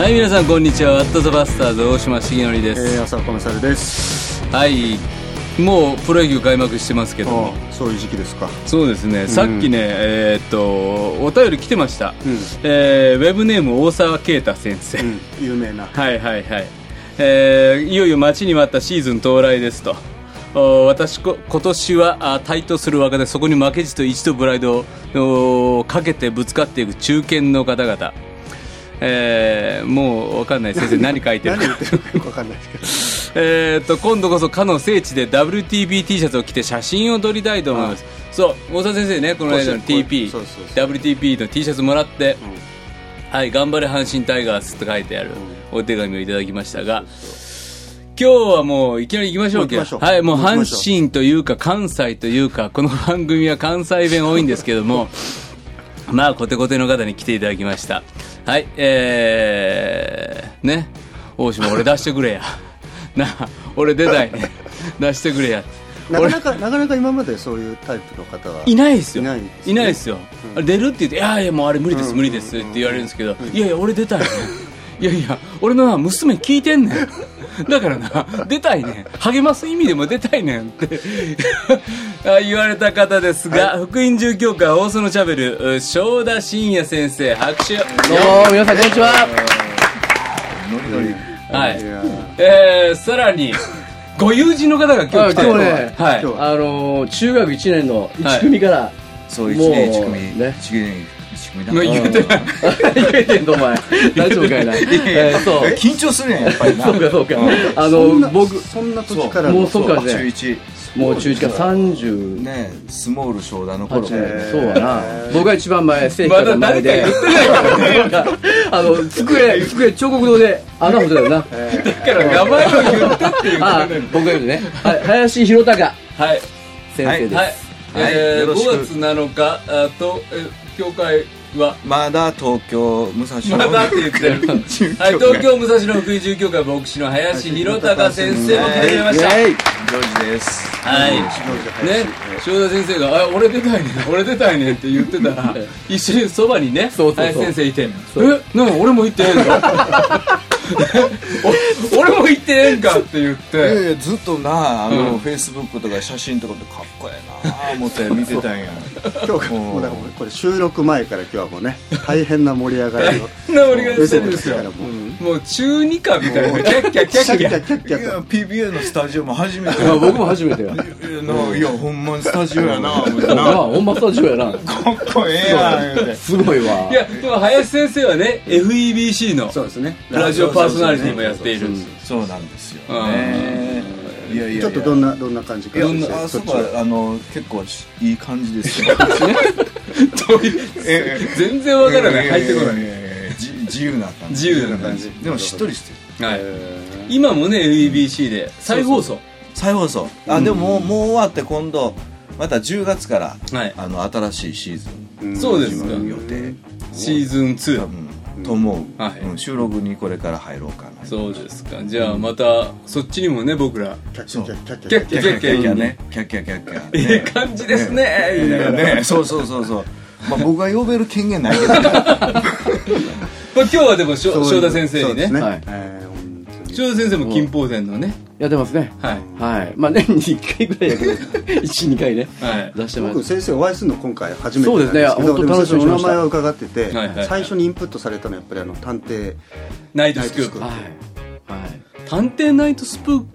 はい、皆さんこんにちは。アットザバスターズ大島重則です。 浅岡勝です。 はい、もうプロ野球開幕してますけども、 そういう時期ですか。 そうですね、さっきね、お便り来てました、ウェブネーム大沢啓太先生、 有名な、 はいはいはい、いよいよ待ちに待ったシーズン到来ですと。私今年は対等する若手、そこに負けじと一度プライドをかけてぶつかっていく中堅の方々、もう分かんない先生何書いてるか何言ってるかよく分かんないですけど今度こそかの聖地で WTP シャツを着て写真を撮りたいと思います。そう大沢先生ね、この間の WTP の T シャツもらって、はい、頑張れ阪神タイガースと書いてあるお手紙をいただきましたが、今日はもういきなり行きましょう。はい、もう阪神というか関西というか、この番組は関西弁多いんですけどもまあコテコテの方に来ていただきました。はい、ね、大島俺出してくれやなあ、俺出たいね出してくれや。 なかなか今までそういうタイプの方はいないですよ。いないですよ、出るって言って、いやいやもうあれ無理です、無理ですって言われるんですけど、いやいや俺出たいねいやいや俺の娘聞いてんねんだからな、出たいねん、励ます意味でも出たいねんって言われた方ですが、福音住教会大園チャベル正田真也先生、拍手。どうも皆さんこんにちは。 はい、さらにご友人の方が今日来てる。 今日ね、はい、中学1年の1組から、 そう1年1組ね、 言うてない言えてんのお前大丈夫かいなそう緊張するやんやっぱりな。 そうか僕そんな時からもうそっかね、 中1 もう中1から30 ね、スモール正田の頃そうやな。僕が一番前、正規の前で机彫刻堂で穴掘ってたよな。だから名前を言ったっていうことで、 僕が言うね、林弘隆先生です。 5月7日と教会はまだ東京武蔵野、 まだって言ってるはい、東京武蔵野福音住教会牧師の林弘隆先生も来てくれました。 ジョージです。 はいね、正田先生が俺出たいね俺出たいねって言ってたら一緒にそばにね林先生いて、なんか俺も行ってええんか俺も行ってええんかって言って、 ずっとなフェイスブックとか写真とかでかっこええな思って見てたんや今日もうだからこれ収録前から今日はもうね大変な盛り上がりをしてるんですよ。もう中2かみたいなキャッキャキャッキャキャッ PBA のスタジオも初めて僕も初めてやいやほんまスタジオやなほんまスタジオやな、 かっこええやんすごいわ。 いやでも林先生はね FEBC のラジオパーソナリティもやっている。 そうなんですよね。いやちょっとどんな感じか。 そこは結構いい感じですよ全然わからない、入ってこない。 自由な感じでもしっとりしてる。 今もね FEBC で再放送でももう終わって今度また10月から新しいシーズンそうですか、 予定シーズン2 と思う。収録にこれから入ろうかな。 そうですか。じゃあまたそっちにもね、僕らキャッキャキャッキャキャッキャキャッキャね、 キャッキャキャッキャいい感じですね言いながらね。 そうまあ僕が呼べる権限ないけど今日はでも正田先生にね、正田先生も金峰山のねやってますね。はい。まあ年に1回ぐらいやけど1、2回ね出してます。 僕先生お会いするの今回初めてなんですけど、 そうですね、本当楽しみにしました。 お名前は伺ってて、最初にインプットされたのはやっぱり探偵ナイトスクープ。探偵ナイトスクー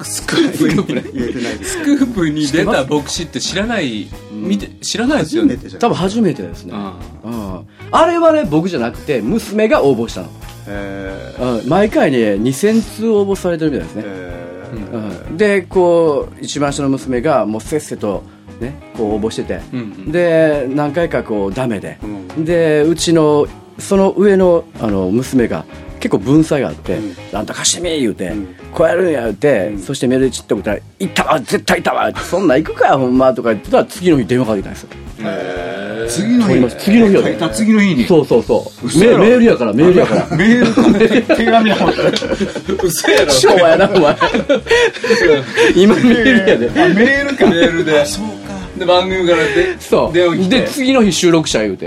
プに出た牧師って知らないですよね。 多分初めてですね。あれはね僕じゃなくて娘が応募したの。毎回ね2000通応募されてるみたいですね。でこう一番下の娘がもうせっせとねこう応募してて、で何回かこうダメで、でうちのその上の娘が結構文才があって、あんた貸してみ言うて、こうやるんや言うて、そしてメールでチッと送ったら行ったわ絶対行ったわそんな行くかよほんまとか言ってたら次の日電話かけたんですよ。 次の日はね、 次の日にそうメールやからメール手紙やもん嘘やろ昭和やなお前今メールやでメールでそうかで番組から電話来てで次の日収録者言うて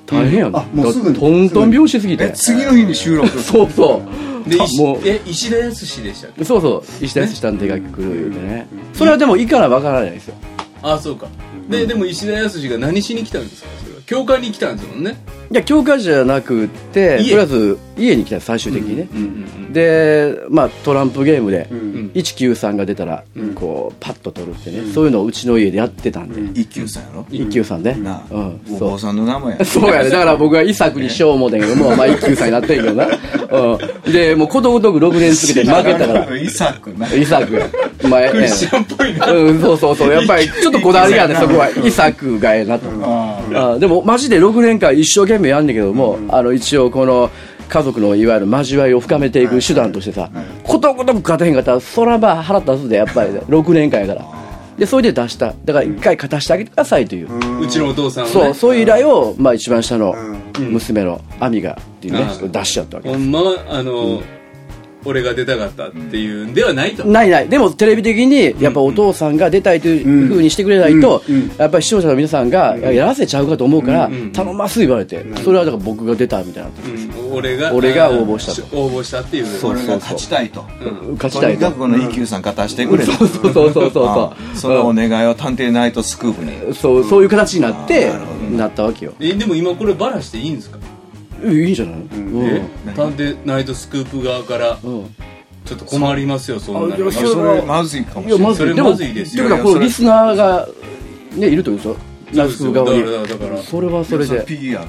大変やん、 もうすぐにトントン拍子すぎて次の日に収録そうそうで石田康でしたっけ。そうそう、石田康さん手が来るでね、それはでもいいからわからないですよ。 あ、そうか。でも石田康が何しに来たんですか。それは教会に来たんですもんね。 いや、教会じゃなくて、とりあえず家に来た、最終的にね。で、まあトランプゲームで193が出たらこうパッと取るってね、そういうのをうちの家でやってたんで。 193やろ。 193ね。 お坊さんの名前や。 そうやね。だから僕はイサクにしよう思うたけども、まあ193になってんけどな。でもうことごとく6年続けて負けたから。 イサクな。 イサクや。クリスチャンっぽいな。 そうやっぱりちょっとこだわりがね、そこはイサクがええなと。でもマジで6年間一生懸命やんねんけども、一応この家族のいわゆる交わりを深めていく手段としてさ、ことごとく勝てへんかったらそらば腹立つで、やっぱり6年間やから。でそれで出した。だから一回勝たしてあげてくださいという、 うちのお父さんはね、 そういう依頼を、まあ、一番下の娘の亜美がっていうね、出しちゃったわけです。 ほんま俺が出たかったっていうんではないと。 ないでもテレビ的にやっぱお父さんが出たいという風にしてくれないと、やっぱり視聴者の皆さんがやらせちゃうかと思うから頼ます言われて、それはだから僕が出たみたいな、俺が応募したっていう。 俺が勝ちたいと、 勝ちたいと、 とにかくこの EQ さん勝たしてくれと、そのお願いを探偵ナイトスクープに、 そういう形になってなったわけよ。 でも今これバラしていいんですか。 いいんじゃない。 探偵ナイトスクープ側からちょっと困りますよ、そんなの。 それまずいかもしれない。 それまずいですよ。 だからこのリスナーがねいるってことでしょ、ナイトスクープ側に。 だからそれはそれで P やね。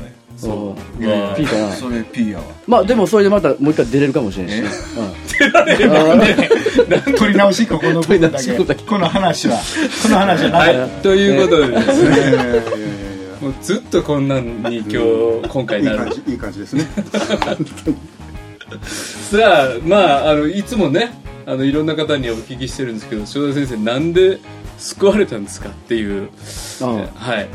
P かな。 それ P やわ。 まあでもそれでまたもう一回出れるかもしれないし、 出られるよね。 取り直しここの部分だけ、この話ははいということでですね、もうずっとこんなんに今回なる。 いい感じですね。 さあ、まあいつもねいろんな方にお聞きしてるんですけど、正田先生なんで救われたんですかっていう。はい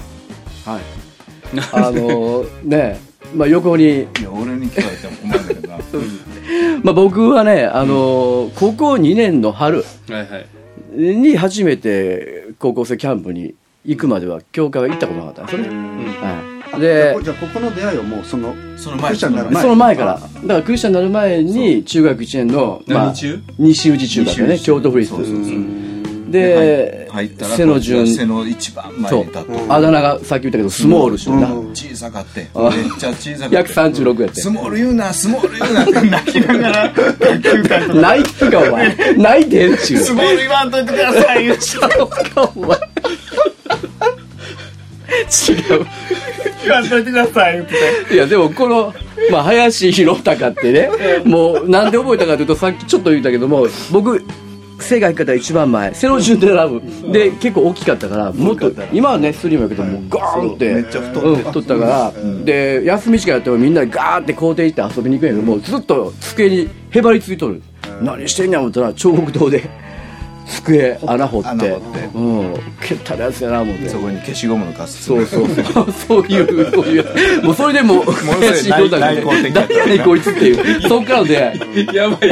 ね、まあ横に、いや俺に聞かれても困るんだけどな。 まあ僕はね高校2年の春に初めて高校生キャンプに行くまでは教会は行ったことなかったんですよね。でじゃあここの出会いはもうそのクリスチャンになる前、その前から、だからクリスチャンになる前に中学1年の西宇治中学ね、京都府立で、 入ったら背の順、 背の一番前に立って、 あだ名がさっき言ったけどスモールしな、 小さかってめっちゃ小さかって、 約36やって、 スモール言うなスモール言うなって泣きながら学級会とか泣いてかお前泣いてんちゅう、 スモール言わんといてください言うちゃうかお前違う言わんといてください言って。 いやでもこの、まあ、林弘隆ってね、もうなんで覚えたかというと、さっきちょっと言ったけども、僕背が低かったら一番前、背の順で選ぶで結構大きかったから、もっと今はねスリムやけどもうガーンってめっちゃ太ったから、で休み時間やってもみんなでガーって校庭行って遊びに行くんやけども、ずっと机にへばりついとる。何してんや思ったら彫刻刀で机穴掘って、蹴ったらやつやな思って、 そこに消しゴムのカス、 そういうもうそれでもう林弘隆で誰やねんこいつっていう、そっからでやばい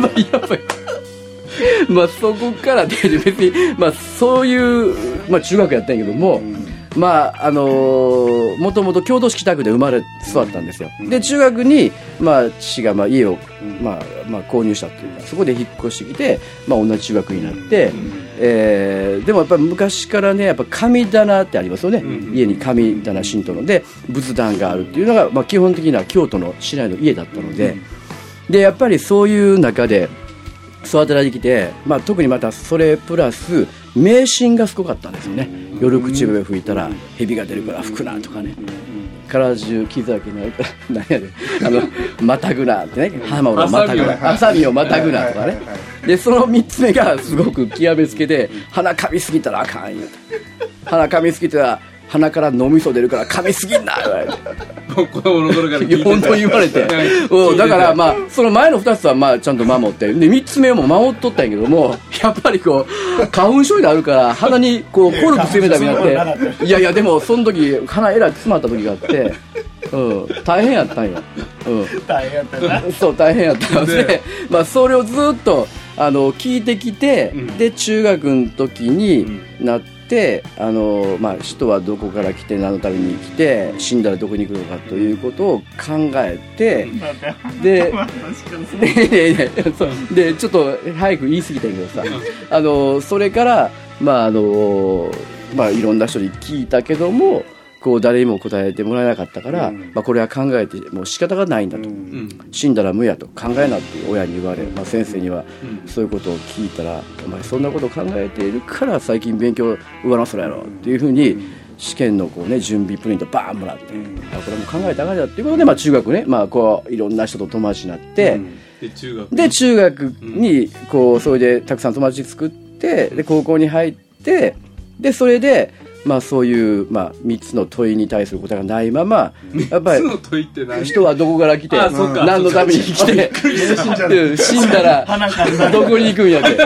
まあそこからで別にまあそういう、まあ、中学やったんやけども、まあもともと京都市北区で生まれ育ったんですよ。で中学に、まあ、父がまあ家を、まあ購入したっていうか、そこで引っ越してきて、まあ、同じ中学になって、でもやっぱり昔からね、やっぱ神棚ってありますよね、家に神棚神道ので仏壇があるっていうのが、まあ、基本的には京都の市内の家だったので、でやっぱりそういう中で育てられてきて、まあ、特にまたそれプラス迷信がすごかったんですよね。夜口笛吹いたら蛇が出るから吹くなとかね、体中傷だけになるから何やでまたぐなってね、ハマをまたぐな、ハサミをまたぐなとかね。でその3つ目がすごく極めつけで、鼻かみすぎたらあかんよ、鼻かみすぎたら鼻から脳みそ出るから噛みすぎんな言われて子供の頃から聞いて本当に言われてだからまあその前の2つはまあちゃんと守って、で3つ目も守っとったんやけども、やっぱりこう花粉症になるから鼻にこうコルク詰めたみたいになって、いやでもその時鼻えらい詰まった時があって、大変やったんよ、 大変やったな。 そう大変やったので、まあそれをずっと聞いてきて、で中学の時になってて人はどこから来て何のために来て死んだらどこに行くのかということを考えてでちょっと早く言い過ぎたけどさそれからいろんな人に聞いたけどもこう誰にも答えてもらえなかったから、これは考えてもう仕方がないんだと、死んだら無やと考えなって親に言われ、先生にはそういうことを聞いたら、お前そんなことを考えているから最近勉強上乗せろやろっていうふうに試験の準備プリントバーンもらって、これも考えたらあかんだっていうことで、中学ね、いろんな人と友達になって、で中学にそれでたくさん友達作って、で高校に入って、でそれでそういう3つの問いに対する答えがないまま、やっぱり人はどこから来て何のために来て死んだらどこに行くんやって違う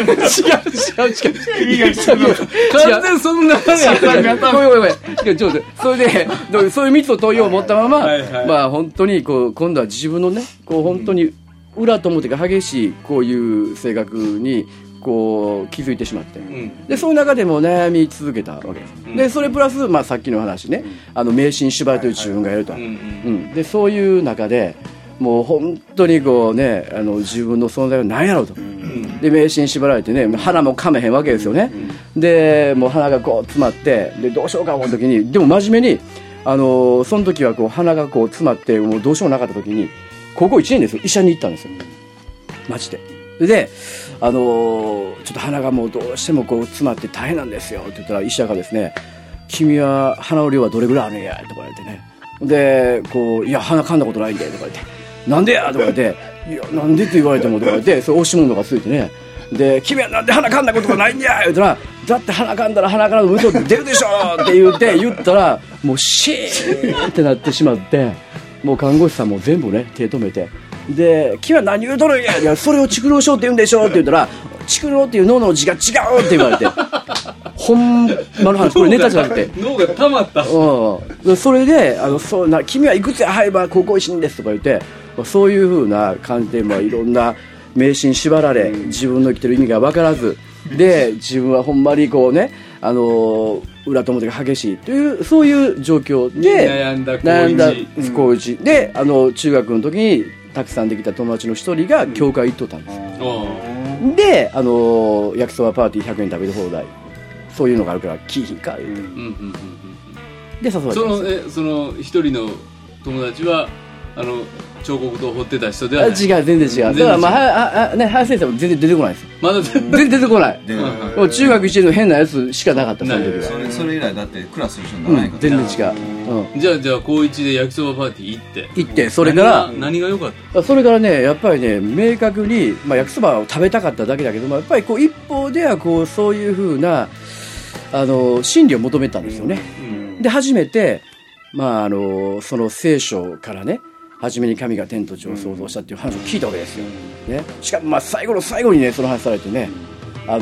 完全そんな流れやったごめんそれでそういう3つの問いを持ったまま本当に今度は自分のね本当に裏と表が激しいこういう性格に気づいてしまって、でその中でも悩み続けたわけです、でそれプラス、さっきの話ね迷信縛られてる自分がいると、でそういう中でもう本当に自分の存在は何やろうと、で迷信縛られてね鼻も噛めへんわけですよね、でもう鼻が詰まってでどうしようか思う時にでも真面目にその時は鼻が詰まってもうどうしようもなかった時に高校1年ですよ医者に行ったんですよマジで。でちょっと鼻がもうどうしても詰まって大変なんですよって言ったら医者がですね、君は鼻の量はどれぐらいあるんやとか言われてね、でいや鼻噛んだことないんでとか言って、なんでやとか言って、いやなんでって言われてもとか言って、それ押し物がついてね、で君はなんで鼻噛んだことがないんや言ったら、だって鼻噛んだら鼻からの嘘出るでしょって言ったらもうシーンってなってしまって、もう看護師さんも全部ね手止めて、で君は何言うとるんや、いやそれを蓄膿症って言うんでしょって言ったら、蓄膿っていう脳の字が違うって言われてほんまの話、これネタじゃなくて脳が溜まった、 それで君はいくつ入れば高校1年ですとか言って、そういう風な感じで、いろんな迷信縛られ、自分の生きてる意味が分からずで、自分はほんまに裏と表が激しいという、そういう状況で悩んだ高一で、中学の時にたくさんできた友達の一人が教会行っとったんです、で焼きそばパーティー100円食べる放題、そういうのがあるから来いひんか言うて、で誘われたんです。 その一人の友達は彫刻刀を彫ってた人ではない。 違う、全然違う。だから林先生も全然出てこないですよ。 まだ全然出てこない。もう中学1年の変なやつしかなかった、その時は。 それ以来だってクラス一緒にならないから、 全然違う。じゃあ高1で焼きそばパーティー行って、 それから何が良かった？ それからね、やっぱりね、明確に焼きそばを食べたかっただけだけども、やっぱり一方ではそういう風な真理を求めたんですよね。で初めてその聖書からね、初めに神が天と地を創造したっていう話を聞いたわけですよ、ね、しかも最後の最後にねその話されてね、自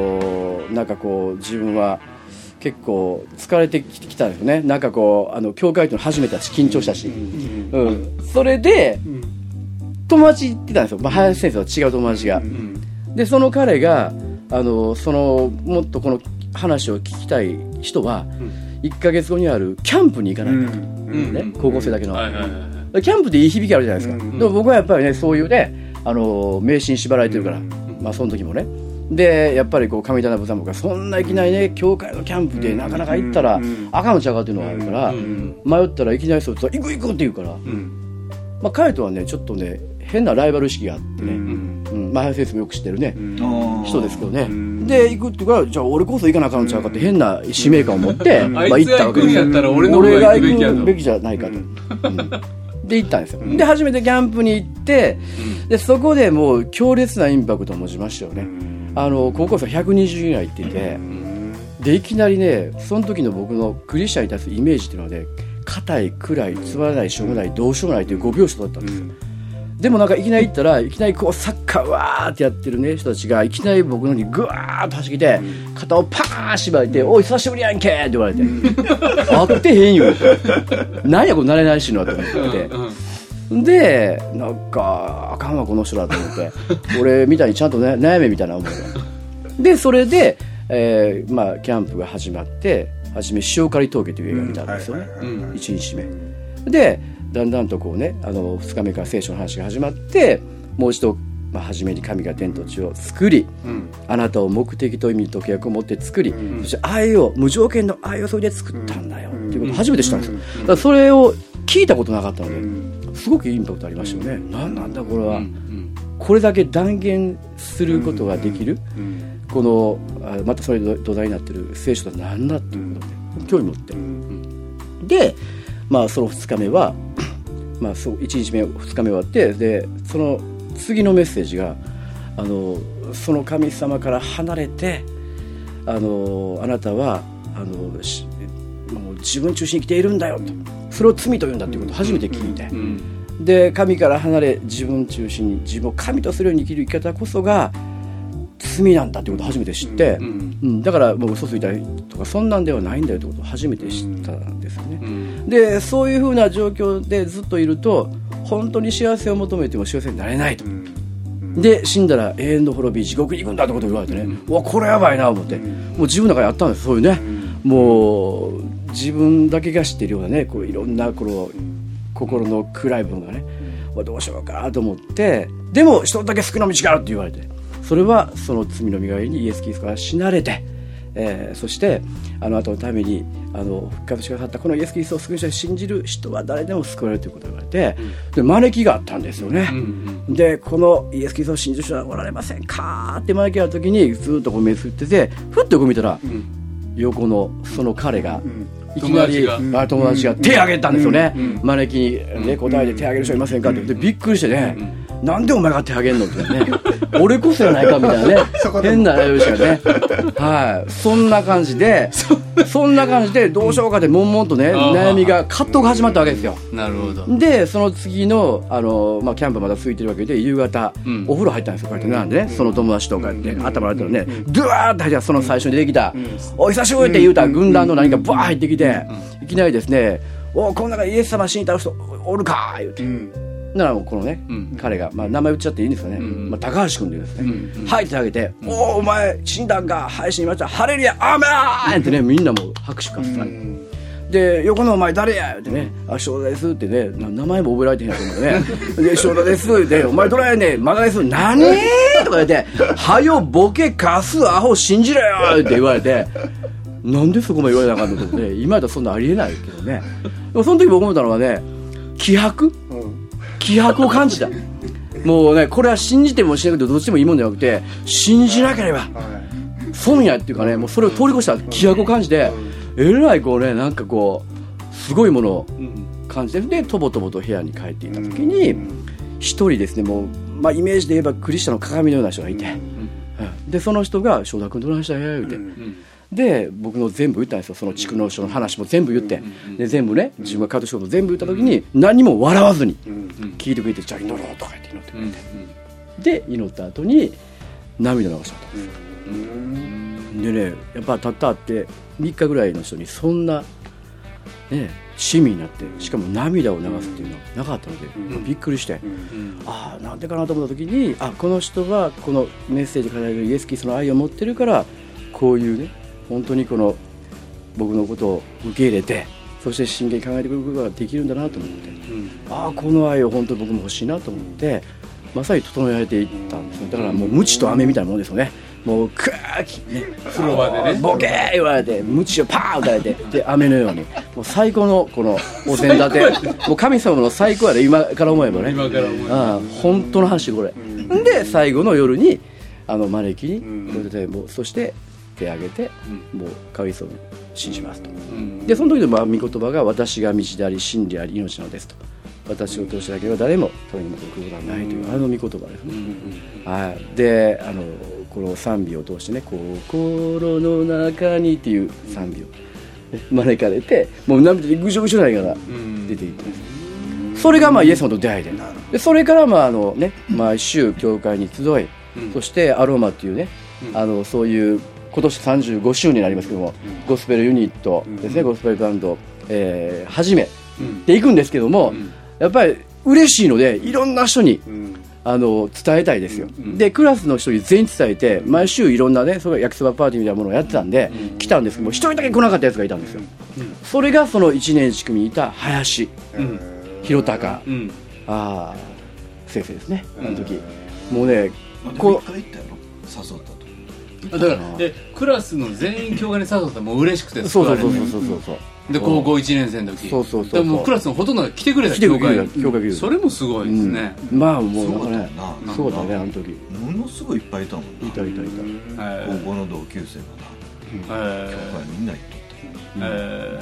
分は結構疲れてきたんですよね。教会というの初めてだし緊張したし、それで友達行ってたんですよ、林先生と違う友達が、でその彼がもっとこの話を聞きたい人は、1ヶ月後にあるキャンプに行かないかと、高校生だけの、キャンプでいい響きあるじゃないですか、でも僕はやっぱりねそういうね迷信縛られてるから、その時もね、でやっぱり神棚部さんもそんないきなりね教会のキャンプでなかなか行ったらあかんのちゃうかっていうのがあるから、迷ったらいきなりそう言ったら行くって言うから、彼とはねちょっとね変なライバル意識があってね、林先生もよく知ってるね、人ですけどね、で行くっていうから、じゃあ俺こそ行かなあかんのちゃうかって変な使命感を持って行ったわけですよ。俺が行くべきじゃないかと、で行ったんですよ。で初めてキャンプに行って、でそこでもう強烈なインパクトを持ちましたよね。高校生120人ぐらい行ってて、でいきなりねその時の僕のクリスチャンに対するイメージっていうのはね、硬い暗いつまらないしょうもないどうしようもないという5拍子だったんですよ、でもいきなり行ったらいきなりサッカーわーってやってるね人たちがいきなり僕のにグワーッと走ってきて、肩をパーン縛いて、おい久しぶりやんけって言われて会ってへんよ何やこの慣れないしのと思って、であかんわこの人だと思って俺みたいにちゃんと、悩めみたいな思いがで、それでまあ、キャンプが始まって初め潮刈峠という映画を見たんですよね、1日目でだんだんとこうね2日目から聖書の話が始まってもう一度、まあ、初めに神が天と地を作り、あなたを目的と意味と契約を持って作り、そして愛を無条件の愛をそれで作ったんだよっていうことを初めて知ったんですよ。だからそれを聞いたことなかったのですごくインパクトありましたよね。なんだこれは、これだけ断言することができる、このまたそれ土台になってる聖書とは何だっていうことで興味持って、で、まあ、その2日目は、まあ、1日目2日目終わって、でその次のメッセージがその神様から離れてあなたはもう自分中心に生きているんだよと、それを罪と言うんだということを初めて聞いて、で神から離れ自分中心に自分を神とするように生きる生き方こそが罪なんだということを初めて知って、だからもう嘘ついたりとかそんなんではないんだよということを初めて知ったんですよね、でそういうふうな状況でずっといると本当に幸せを求めても幸せになれないと、で死んだら永遠の滅び地獄に行くんだってことを言われてね、うわこれやばいなと思って、もう自分の中にあったんです、そういうね、もう自分だけが知っているようなね、こういろんなこの心の暗い部分がね、どうしようかと思って、でも一つだけ救いの道があるって言われて、それはその罪の身代わりにイエス・キリストが死なれて、そしてあなたのために復活してくださったこのイエス・キリストを救い主として信じる人は誰でも救われるということを言われて、で招きがあったんですよね、でこのイエス・キリストを信じる人はおられませんかって招きがあった時にずっとこう目つぶってて、ふっとこう見たら、横のその彼がいきなり友達が手を挙げたんですよね、招きに、ね、答えて手を挙げる人いませんかってでびっくりしてね、なんでお前が手を挙げんのってね俺こそやないかみたいなね変な内容でしたよね、はい、そんな感じでどうしようかで悶々とね悩みが葛藤が始まったわけですよ。なるほど。でその次のまあ、キャンプまだ続いてるわけで夕方、お風呂入ったんですよ、こうやってなんでね、その友達とかって頭洗ったらねドゥワーって入ったら、その最初に出てきた、お久しぶりって言うた軍団の何かバー入ってきて、いきなりですね、おこの中にイエス様死にた人おるか言うて、ならこのね、彼が、まあ、名前言っちゃっていいんですよね、まあ、高橋君でですね、入ってあげて、お前死んだんか、はい死にました、ハレルヤアーメンってね、みんなも拍手喝采、で横のお前誰やってね、あ翔太ですってね、名前も覚えられてへんと思うねで翔太ですってお前どれやねんまだです何とか言ってはよボケカスアホ信じろよって言われてなんでそこまで言われなあかんのと思って、今だとそんなありえないけどね、でもその時僕思ったのはね、気迫を感じた。もうね、これは信じてもしなくてどっちでもいいもんじゃなくて、信じなければ損やっていうかね、もうそれを通り越した気迫を感じて、えらいこうね、なんかこうすごいものを感じて、でとぼとぼと部屋に帰っていた時に一人ですね、もう、まあ、イメージで言えばクリスチャンの鏡のような人がいて、でその人が翔太君どないしたんや言うて、で僕の全部言ったんですよ、その地区の人の話も全部言って、で全部ね自分が買った仕事全部言った時に何も笑わずに聞いてくれて、じゃあ祈ろうとか言って祈ってくれて、で祈った後に涙流しちゃったんですよ。でね、やっぱたったって3日ぐらいの人にそんなね親身になって、しかも涙を流すっていうのはなかったので、びっくりして、ああなんでかなと思った時に、あこの人はこのメッセージからイエス・キリストの愛を持ってるから、こういうね本当にこの僕のことを受け入れて、そして真剣に考えてくることができるんだなと思って、ああこの愛を本当に僕も欲しいなと思って、まさに整えられていったんですね。だからもう鞭と飴みたいなもんですよね。もうクーッね風呂場でねボケー言われて鞭をパーン打たれて、で飴のようにもう最高のこのお膳立てもう神様の最高やで、今から思えばね、今から思えば本当の話これで、最後の夜に招きにこれでもう、そして手を挙げて、もう神様に信じますと、でその時の御言葉が、私が道であり真理であり命なのですと、私を通してだけは誰も神に向かうことはないという御言葉ですね、はい、でこの賛美を通してね、心の中にっていう賛美を招かれて、もう涙でぐしょぐしょないから出ていって、それがまあイエス様と出会いで、それからまあ毎週教会に集い、そしてアロマっていうね、そういう今年35周年になりますけども、ゴスペルユニットですね、ゴスペルバンド、始めていくんですけども、やっぱり嬉しいので、いろんな人に伝えたいですよ、でクラスの人に全員伝えて毎週いろんなねその焼きそばパーティーみたいなものをやってたんで、来たんですけども一人だけ来なかったやつがいたんですよ、それがその1年1組にいた林、弘隆、先生ですね、あの時、もうねこう一回行ったやろ誘ったと。 だからクラスの全員教会に誘ったらもう嬉しくて、 そうで高校1年生の時、でもクラスのほとんどが来てくれた、教会、それもすごいですね。 まあもうなんかね、そうだね、あの時ものすごいいっぱいいたもんな。 いた高校の同級生がな、教会みんな行っとった。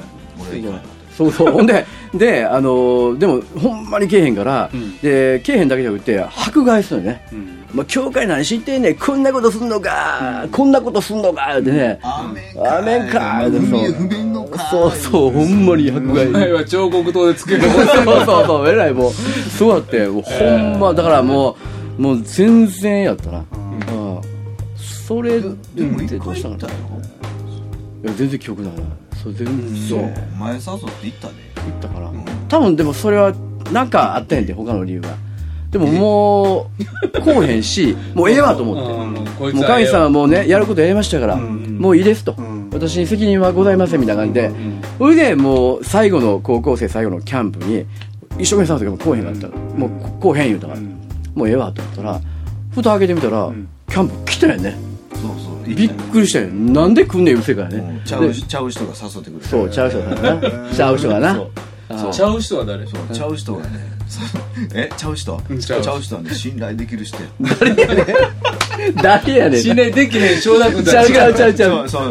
俺行かなかった。 そうほんででもほんまにけえへんから、でけえへんだけじゃなくて迫害するのね、まあ、教会何知ってんねん、こんなことすんのか、こんなことすんのかってね、 アメンか不便のか、 そうほんまに迫害。 お前は彫刻刀でつけるそうえらいもうそうやってほんまだからもう全然やったな、それでも一回行ったよ。 いや全然記憶ないな。そう全然そう前誘って行ったで。 行ったから、多分でもそれはなんかあったんやんて、他の理由が。でももうこうへんし、もうええわと思って、もう神さんはもうねやることやりましたから、もういいですと、私に責任はございませんみたいな感じで、それでもう最後の高校生最後のキャンプに一生懸命誘ってもこうへんかったら、もうこうへん言うたから、もうええわと思ったら、蓋開けてみたら、キャンプ来たよね。びっくりしたよ。なんで来んねん、うせからね。 ちゃう人が誘ってくれる。 そう、ちゃう人がな。ちゃう人がな。 ちゃう人は誰？ ちゃう人がね。ちゃう人はね、信頼できる人や。 誰やねん。 信頼できへん、承諾だ。 ちゃう。 ちゃう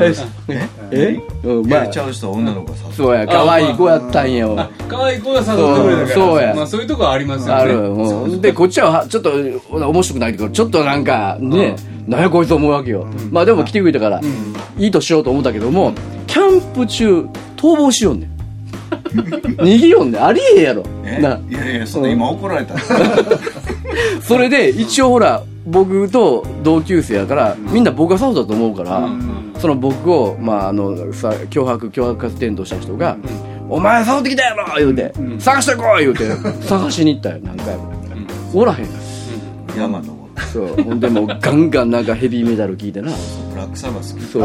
人は女の子が誘って。 そうや、可愛い子やったんよ。 可愛い子が誘ってくれたから。そうや。まあそういうとこはありますよね。 ある。で、こっちはちょっと面白くないけど、ちょっとなんかね、なんやこいつ思うわけよ。まあでも来てくれたから、いいとしようと思ったけども、キャンプ中、逃亡しよんねん。逃げよんねん。ありえへんやろ。 いや、それ今怒られた。 それで、一応ほら、僕と同級生やから、みんな僕が誘ったと思うから、その僕を、まあ脅迫伝道した人が、お前誘ってきたやろ言うて、探してこい言うて、探しに行ったよ、何回も。おらへん。 山の。 そう、ほんでもうガンガンなんかヘビーメタル聞いてな。 ブラックサバス。 そう。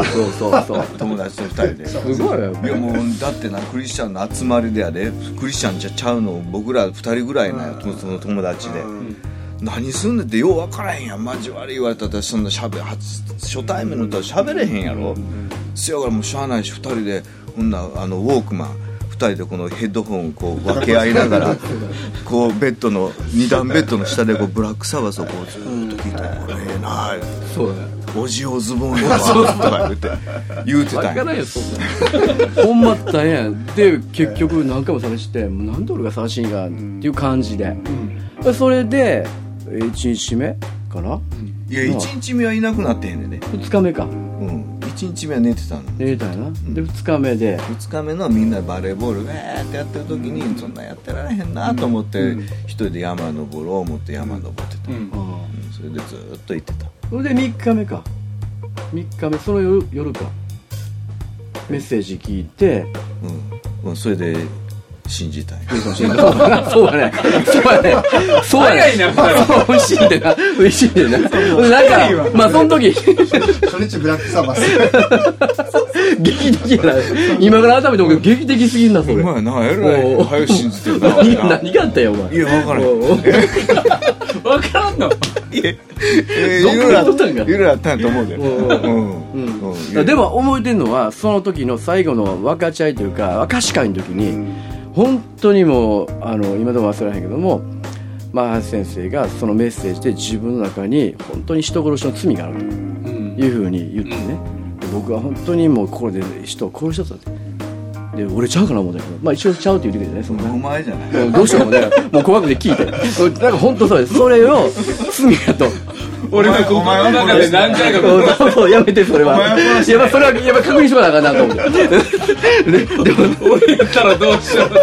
友達と二人で。 すごいよ。 いやもうだってな、クリスチャンの集まりでやで、クリスチャンちゃうの僕ら二人ぐらいなその友達で。何すんねんってよう分からへんやん、交わり言われたらそんな初対面の人は喋れへんやろ。せやからもうしゃあないし二人でほんなウォークマン2人でこのヘッドホンをこう分け合いながらこうベッドの2段ベッドの下でこうブラックサバスをこうずっと聞いて、これええなあ、 そうだ、 おじおズボンやわとか言うてたんや。 分からんよそんな。ほんま大変で、結局何回も探して、なんで俺が探しんがっていう感じで、それで1日目かな。 いや1日目はいなくなってへんねんね。 2日目か。 1日目は寝てたの。 寝てたよな。で2日目で 2日目のみんなバレーボールってやってる時にそんなやってられへんなと思って一人で山登ろう思って山登ってた。それでずっと行ってた。 それで3日目か。3日目その夜か。メッセージ聞いて、 それで信じたい。 そうだね。早いな。美味しいんでな。なんかまあその時初日ブラックサバス。 劇的やな。今から改めて思うけど劇的すぎんなそれ。 お前な、えらい早く信じてるな。 何があったよお前。 いや分からん。 分からんの。 いろいろあったんやと思うで。 でも覚えてるのはその時の最後の分かち合いというか分かし会の時に、本当にもう今でも忘れへんけども、林先生がそのメッセージで自分の中に本当に人殺しの罪があるというふうに言ってね、で僕は本当にもうこれで人を殺しちゃったって。で俺ちゃうかな思ったけど、一応ちゃうって言ってくれてね。 お前じゃない。 どうしようもね、もう怖くて聞いて、なんか本当そうです。それを罪やと。 俺が心の中で何回かそうやめて、それは。それはやっぱ確認しとかなあかんなと思って。でも俺やったらどうしよう。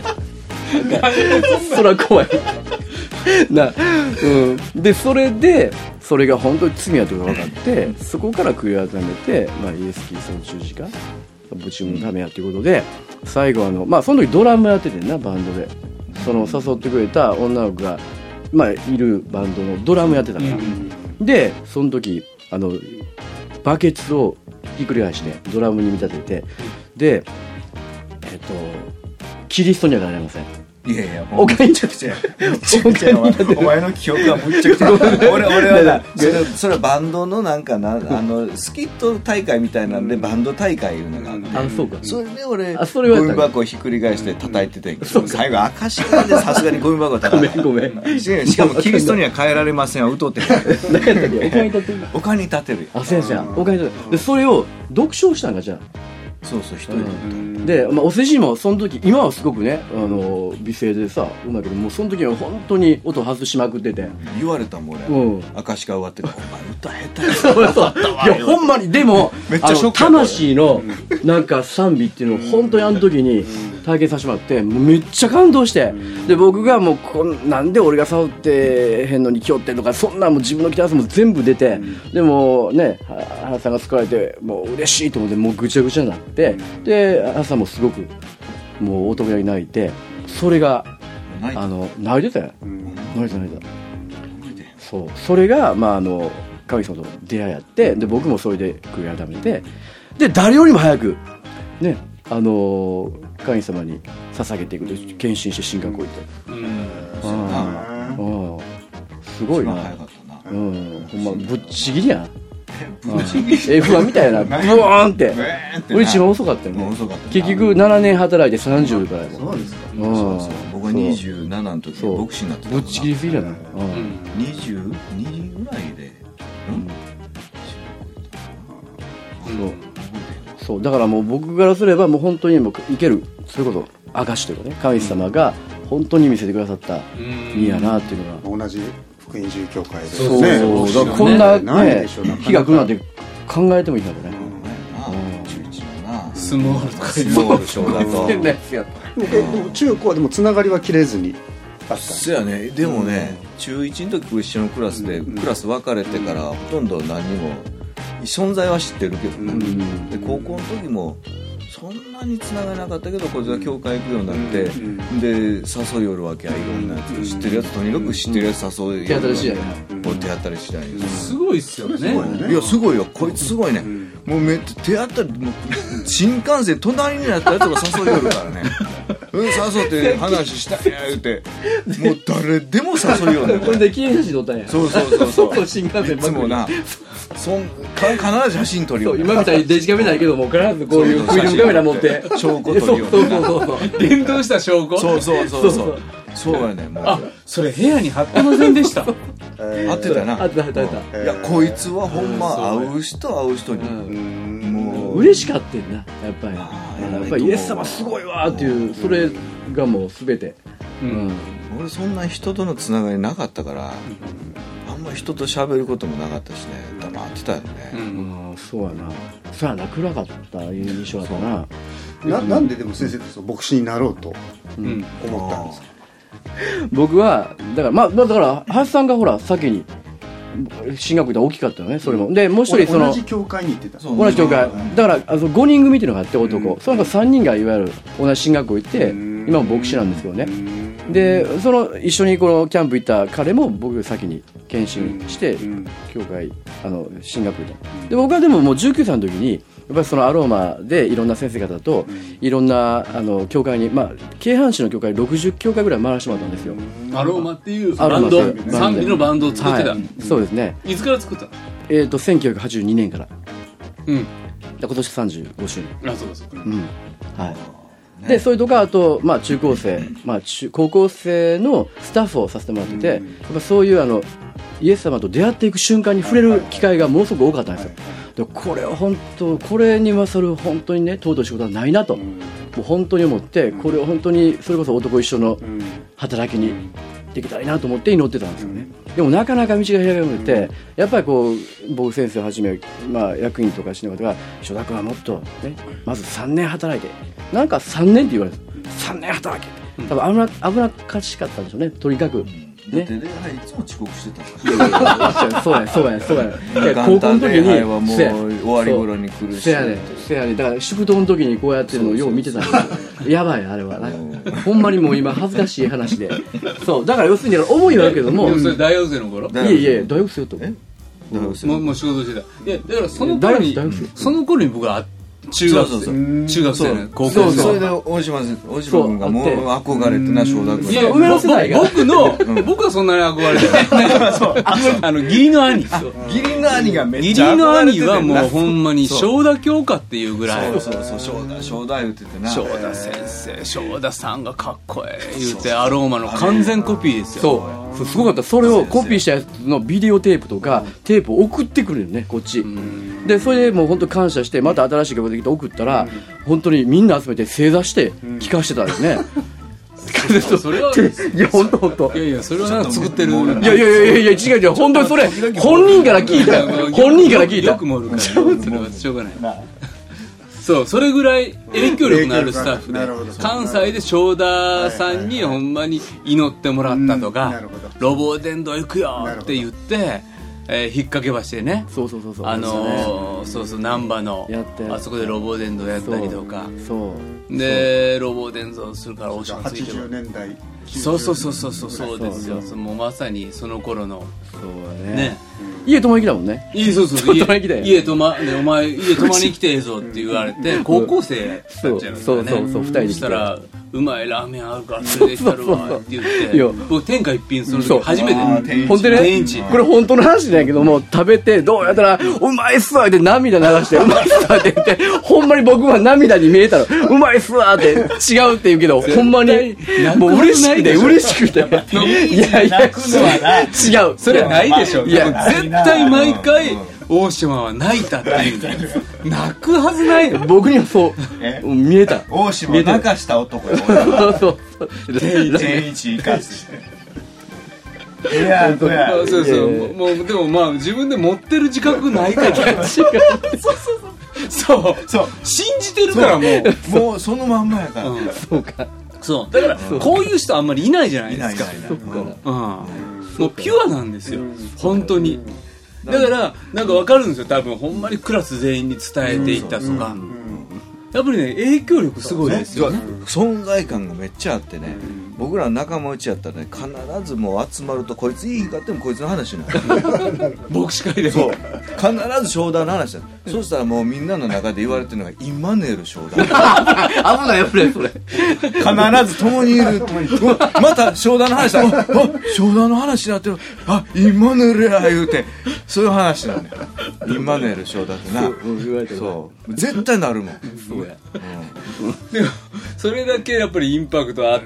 それは怖いな。でそれが本当に罪やと分かって、そこから悔い改めて、イエス・キリストの十字架ぶち込むためやということで、最後その時ドラムやっててんな、バンドで。その誘ってくれた女の子がまあ、いるバンドのドラムやってたから、でその時バケツをひっくり返してドラムに見立てて、でキリストにはなれません。 いやいや、 おかにちゃくちゃお前の記憶はむっちゃくちゃ俺はそれはバンドのなんかスキット大会みたいなんでバンド大会いうのがあって、 そうか、 それで俺ゴミ箱をひっくり返して叩いててんけど、最後赤白でさすがにゴミ箱を叩いて、 ごめんしかもキリストには変えられませんは歌って丘に立てる先生丘に立てる。でそれを読書したんか、じゃあそう一人で、まあ、お世辞もその時、今はすごくね美声でさうまいけど、もうその時は本当に音外しまくってて、 言われたもん俺、赤石が終わって「お前歌下手やそういやほんまに。でもめっちゃショック魂のなんか賛美っていうのを本当にあの時に体験させてもらって、もうめっちゃ感動して、で僕がもうなんで俺が触ってへんのに来よってんのか、そんなもう自分の来たやつも全部出て、でもね原さんが救われてもう嬉しいと思って、もうぐちゃぐちゃになって、で原さんもすごくもう男に泣いて、それが泣いてたよ、泣いてそう、それがまあ神様と出会いやって、で僕もそれで悔い改めて、で誰よりも早くね神様に捧げていくと献身して神学を行って、すごいな、ほんまぶっちぎりやんF1 みたいなブワーンって俺一番遅かったよね。結局7年働いて30ぐらいも。 そうですか。僕は27の時に牧師になってた。 ぶっちぎりすぎだな。 22ぐらいで。 そうだからもう僕からすればもう本当にもういける、それこそ証というかね、神様が本当に見せてくださったいいやなっていうのが。 同じ福音自由教会でそうだからこんなね日が来るなんて考えてもいいんだろうね。 スモールとかスモール小だとでも中高はでもつながりは切れずにあった。 そうやね。でもね、中1の時一緒のクラスでクラス分かれてからほとんど何にも存在は知ってるけどね、で高校の時もそんなに繋がらなかったけど、こいつが教会行くようになって、で誘いよるわけや、いろんなやつ、知ってるやつとにかく知ってるやつ誘い手当たり次第手当たり次第すごいっすよね。 いやすごいよ、こいつすごいね、もうめっちゃ手当たり、もう新幹線隣になったやつが誘いよるからね誘って話したいや言うて、もう誰でも誘いよるねこれで記念写真撮ったんや。 そう新幹線いつもな必ず写真撮るよ、 今みたいにデジカメないけども、必ずこういうフィルムカメラ持って証拠撮るよ、 そう伝統した証拠。 そうやね。 あ、それ部屋に貼ってませんでした。貼ってたな。 貼ってた。 いやこいつはほんま会う人にもう嬉しかったんな、やっぱりイエス様すごいわっていう、それがもう全て。 俺そんな人とのつながりなかったから、あんまり人と喋ることもなかったしね、黙ってたよね。 そうやな、暗かった印象だったな。 なんででも先生と牧師になろうと思ったんですか？ 僕はだからだから林さんがほら先に進学で大きかったよね、それも。でもう一人同じ教会に行ってた。 同じ教会だから5人組っていうのがあって、男、その3人がいわゆる同じ進学校行って、今も牧師なんですけどね。で一緒にこのキャンプ行った彼も僕が先に献身して教会進学行った。で僕はでももう19歳の時にやっぱりそのアローマでいろんな先生方といろんな教会に、京阪市の教会60教会ぐらい回らせてもらったんですよ。 アローマっていうバンド、賛美のバンドを作ってた。 そうですね。 いつから作ったの ？1982年から。今年35周年。はい。でそれとかあと、中高生、高校生のスタッフをさせてもらってて、やっぱそういうイエス様と出会っていく瞬間に触れる機会がものすごく多かったんですよ。でこれに勝る本当にね尊い仕事はないなと、もう本当に思って、これを本当にそれこそ男一緒の働きにできたらいいなと思って祈ってたんですよね。でもなかなか道が開かなくて、やっぱりこう僕先生をはじめ、役員とかしながら初田君はもっとね、まず3年働いて、3年って言われる、3年働け、多分危なっかしかったんでしょうね。とにかくね、だって礼拝いつも遅刻してたそうや高校の時に礼拝はもう終わり頃に来るし、 せやねだから祝祷の時にこうやってるのをよう見てたんですよ。やばいあれはほんまにもう今恥ずかしい話で、そうだから要するに思いはあるけども、 でもそれ大学生の頃、 いや大学生ともう仕事してた。いやだからその頃に僕は中学生の高校生、 それで大島君がもう憧れてな、承諾いや上の世代が僕はそんなに憧れてない義理の兄がめっちゃ憧れてて、義理の兄はもうほんまに正田教科っていうぐらい、 正田言っててな、 正田先生正田さんがかっこええ言うてアローマの完全コピーですよ。 そうすごかった。それをコピーしたやつのビデオテープとかテープを送ってくるよねこっちで、それでもう本当感謝して、また新しい曲できて送ったら本当にみんな集めて正座して聴かしてたんですね。 それはいや本当いやそれはなんか作ってる、いや違う本当にそれ本人から聞いたよくもおるからそれはしょうがない。そうそれぐらい影響力のあるスタッフで、関西で正田さんにほんまに祈ってもらったとか、ロボ伝道行くよって言って引っ掛け橋でね、そう難波のあそこでロボ伝道やったりとかで、ロボ伝道するから大島ついてる、80年代そうですよ。もうまさにその頃のね、 家泊まり来たもんね。 家泊まり来て、家泊まお前家泊まりに来てええぞって言われて、高校生だったんじゃないですかね。2人でしたらうまいラーメンあるから連れてきたるわって言って僕天下一品その時初めて本当ね、これ本当の話だけども、食べてどうやったらうまいっすわって涙流してうまいっすわって言って、ほんまに僕は涙に見えたの、うまいっすわって違うって言うけど、ほんまにもう嬉しくていや泣くのはな違う、 それはないでしょ。いや絶対毎回大島は泣いたっていう、泣くはずない。 僕にはそう見えた。 大島泣かした男よ。 そう天一生かす。 そうもうでもまあ自分で持ってる自覚ないからそう信じてるからもうそのまんまやから。 そうか。 そうだからこういう人あんまりいないじゃないですか。もうピュアなんですよ本当に。だからなんか分かるんですよ、多分ほんまにクラス全員に伝えていったとか、やっぱりね影響力すごいですよね。 存在感がめっちゃあってね、僕らの仲間内やったらね、必ずもう集まるとこいついいかってもこいつの話になる。 牧師会でもそう必ず商談の話だ。そうしたらもうみんなの中で言われてるのがイマヌエル商談。 危ないやっぱりそれ必ず共にいるまた商談の話だ。商談の話になってる、イマヌエルや言うて、そういう話なんだよ。イマヌエル商談ってな、そう絶対なるもん。そうや、 でもそれだけやっぱりインパクトあって、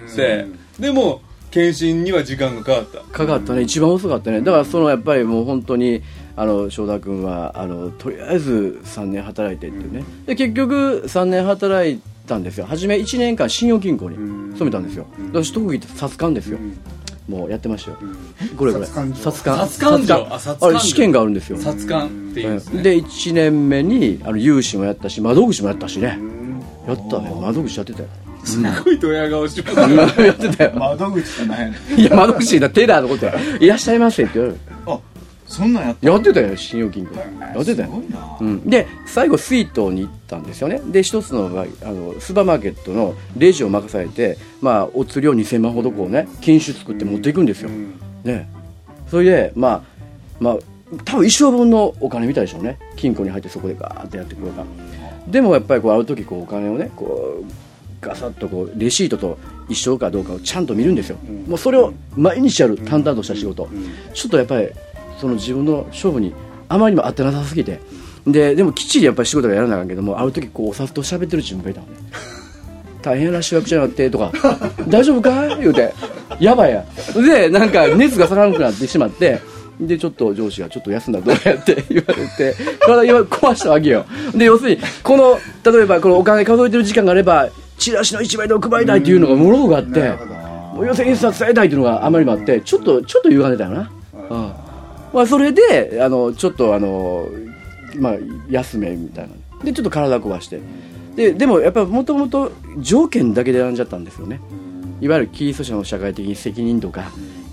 でも検診には時間がかかったね。一番遅かったね。だからそのやっぱりもう本当に正田君はとりあえず3年働いてっていうね、で結局3年働いたんですよ。初め1年間信用金庫に勤めたんですよ。私特技って殺官ですよ。もうやってましたよ。これ殺官試験があるんですよ。 殺官っていうんですね。 で1年目に融資もやったし窓口もやったしね。やったね。窓口やってたよ。 すごいドヤ顔しますね。 やってたよ。 窓口って何やねん。 いや窓口だテラーのことや。いらっしゃいませって言われる。 そんなんやってたよ。信用金庫やってたよ。で最後水筒に行ったんですよね。で一つのスーパーマーケットのレジを任されて、お釣りを2000万ほどこうね金酒作って持っていくんですよ。ね。それで多分一生分のお金みたいでしょうね。金庫に入ってそこでガーってやってくるから。でもやっぱり会う時お金をねガサッとレシートと一緒かどうかをちゃんと見るんですよ。もうそれを毎日やる淡々とした仕事、ちょっとやっぱりその自分の勝負にあまりにも合ってなさすぎて、でもきっちりやっぱり仕事がやらなあかんけども、会う時お札と喋ってる自分がいたのね。大変な主役じゃなくてとか大丈夫か言うてやばいやでなんか熱が下がらなくなってしまって、でちょっと上司がちょっと休んだらどうやって言われて体壊したわけよ。で要するに例えばこのお金数えてる時間があればチラシの1枚でも配りたいっていうのがものがあって、要するに印刷されたいっていうのがあまりもあって、ちょっと歪んでたよな。それでちょっと休めみたいなでちょっと体壊して、でもやっぱりもともと条件だけで選んじゃったんですよね。いわゆるキリスト者の社会的責任とか、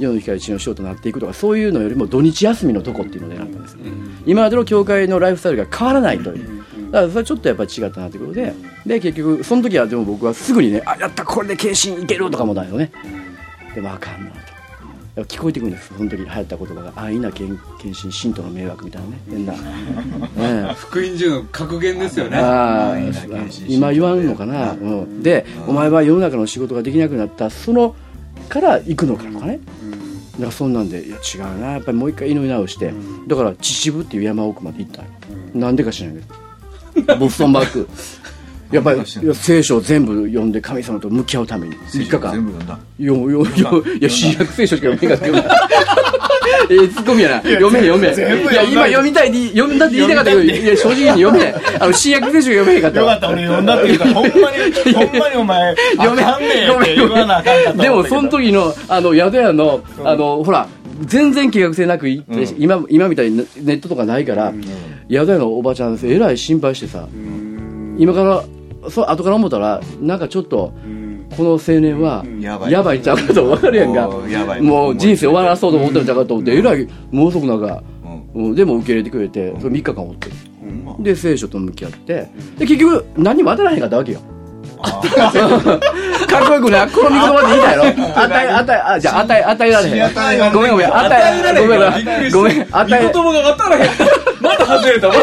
世の光地のショーとなっていくとか、そういうのよりも土日休みのとこっていうのを選んだんです、今までの教会のライフスタイルが変わらないという、だからそれはちょっとやっぱり違ったなということで、で結局その時はでも僕はすぐにね、やったこれで献身いけるとかもないよね。でもあかんなと聞こえてくるんです。その時に流行った言葉が安易な献身信徒の迷惑みたいなね、変な、 福音中の格言ですよね。 今言わんのかな、でお前は世の中の仕事ができなくなったそのから行くのかとかね、だからそんなんでいや違うな、やっぱりもう一回祈り直して、だから秩父っていう山奥まで行ったよ。なんでか知らないけどボストンバックやっぱり聖書を全部読んで神様と向き合うために3日間全部読んだいや新約聖書しか読めなかったよツッコミやな、読めいや今読みたい読んだって言いたかったけど、いや正直に読めない新約聖書読めへんかったよかった俺読んだって言うからほんまにお前読めはんねえって言わなあかんかったでもその時の宿屋のほら全然計画性なく行って、今みたいにネットとかないから、宿屋のおばちゃんえらい心配してさ、今から後から思ったらなんかちょっとこの青年はやばいんちゃうかと分かるやんか、もう人生終わらそうと思ってるんちゃうかと思ってえらいもうそくなんか、でも受け入れてくれてそれ3日間おって、で聖書と向き合って、で結局何も当たらへんかったわけよかっこよくね、この見言葉で言いたいやろじゃあ与えられへん、ごめん与えられへん、ごめん与え見言葉が当たらへんまた外れた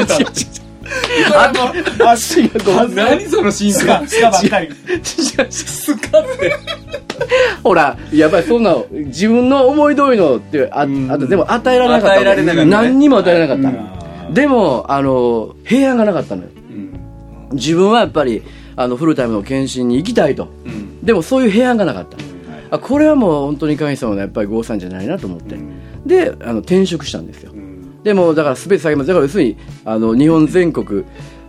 何そのシーンスカばっかりスカってほらやっぱりそんな自分の思い通りのってあとでも与えられなかった、何にも与えられなかった、でも平安がなかったのよ、自分はやっぱりフルタイムの献身に行きたいと、でもそういう平安がなかった、これはもう本当に神様のやっぱりゴーサインじゃないなと思って、で転職したんですよ、でもだから全て下げます。だから要するに日本全国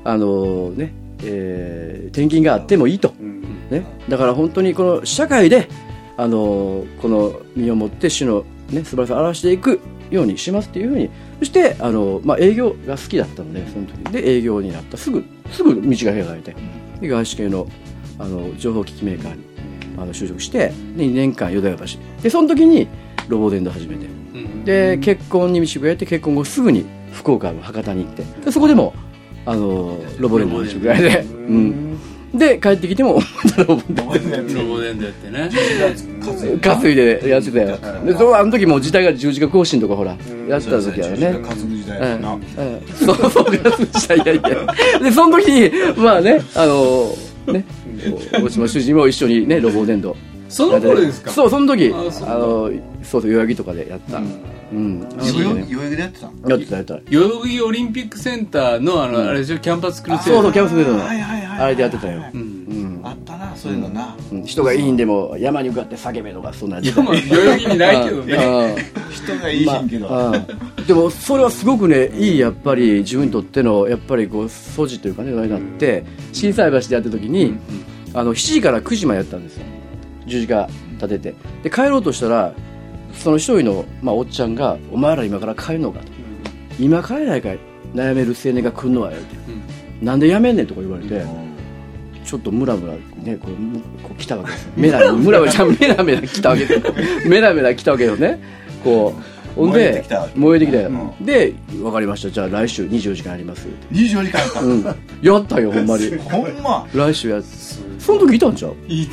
転勤があってもいいと、ね、だから本当にこの社会でこの身をもって主の、素晴らしさを表していくようにしますっていうふうに、そして営業が好きだったのでその時で営業になった、すぐ道が開いて、で外資系の情報機器メーカーに就職して、で2年間淀屋橋で、その時にロボデンド始めて、で結婚に導くやって、結婚後すぐに福岡の博多に行って、でそこでもロボデンド導くやって、で帰ってきてもロボデンドやってね担いでやってたよ。であの時も時代が十字架行進とかほらやってた時はね、 担ぐ時代やな、 そう担ぐ時代でその時にまあね大島主人も一緒にねロボデンド、 その頃ですか？ そう、その時そう代々木とかでやった、 代々木でやってたの？ やってた代々木オリンピックセンターのあれでしょ、キャンパスクルセイそうキャンパスクルセイのあれでやってたよ、 あったなそういうのな、 人がいいんでも山に向かって叫べとかそんな代々木にないけどね人がいいんけど、 でもそれはすごくねいい、やっぱり自分にとってのやっぱりこう素地というかね、になって心斎橋でやった時に7時から9時までやったんですよ、十字架立てて、で帰ろうとしたらその一人の、おっちゃんがお前ら今から帰るのかと、今帰れないかい悩める青年が来るのはよって、なんでやめんねんとか言われて、ちょっとムラムラねこう来たわけですよ、メラメラ来たわけですメラメラ来たわけよね、こうほんで燃えてきたよ、で分かりました、じゃあ来週24時間ありますって 24時間やった、 やったよほんまにほんま来週やって、その時いたんちゃう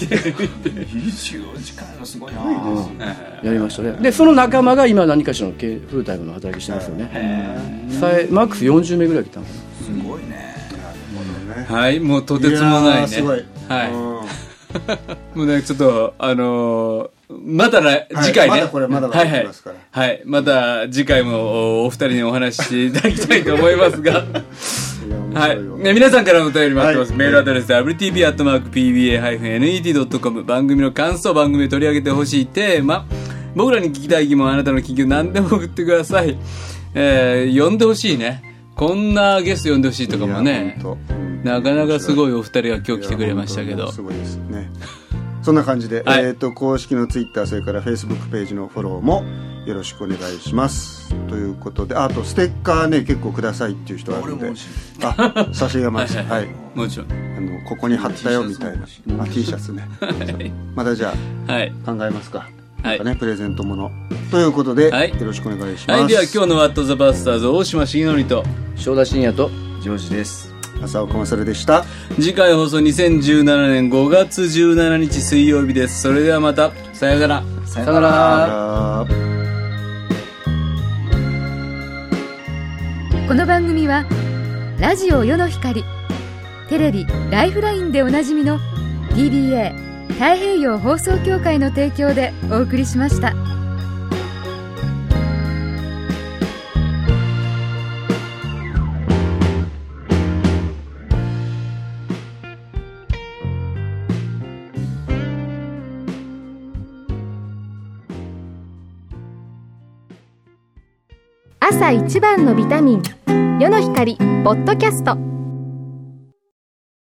24時間のすごいな、 やりましたね。でその仲間が今何かしらのフルタイムの働きしてますよね、マックス40名ぐらい来たのかな、 すごいね、 はい、もうとてつもないね、 すごい、 はいもうねちょっとまた次回ね、はい、また次回もお二人にお話ししていただきたいと思いますがはい、皆さんからのお便り待ってます、メールアドレス wtb@pba-net.com、 番組の感想、番組で取り上げてほしいテーマ、僕らに聞きたい疑問、あなたの緊急何でも送ってください。呼んでほしいね、こんなゲスト呼んでほしいとかもね、なかなかすごいお二人が今日来てくれましたけど、 すごいですね。そんな感じで、公式のツイッター、それからフェイスブックページのフォローもよろしくお願いしますということで、あとステッカーね結構くださいっていう人がいるんで、差し入れます、はい、 もちろんここに貼ったよみたいな T シャツねまたじゃあ、考えますか。 なんかね、プレゼントものということで、よろしくお願いします。 はい、では今日のワットザバスターズ、大島重則と正田真也とジョージです。 浅岡勝でした。 次回放送2017年5月17日水曜日です。それではまた、さよなら。 さよなら。 この番組はラジオ世の光、テレビライフラインでおなじみの TBA 太平洋放送協会の提供でお送りしました。朝一番のビタミン、世の光ポッドキャスト。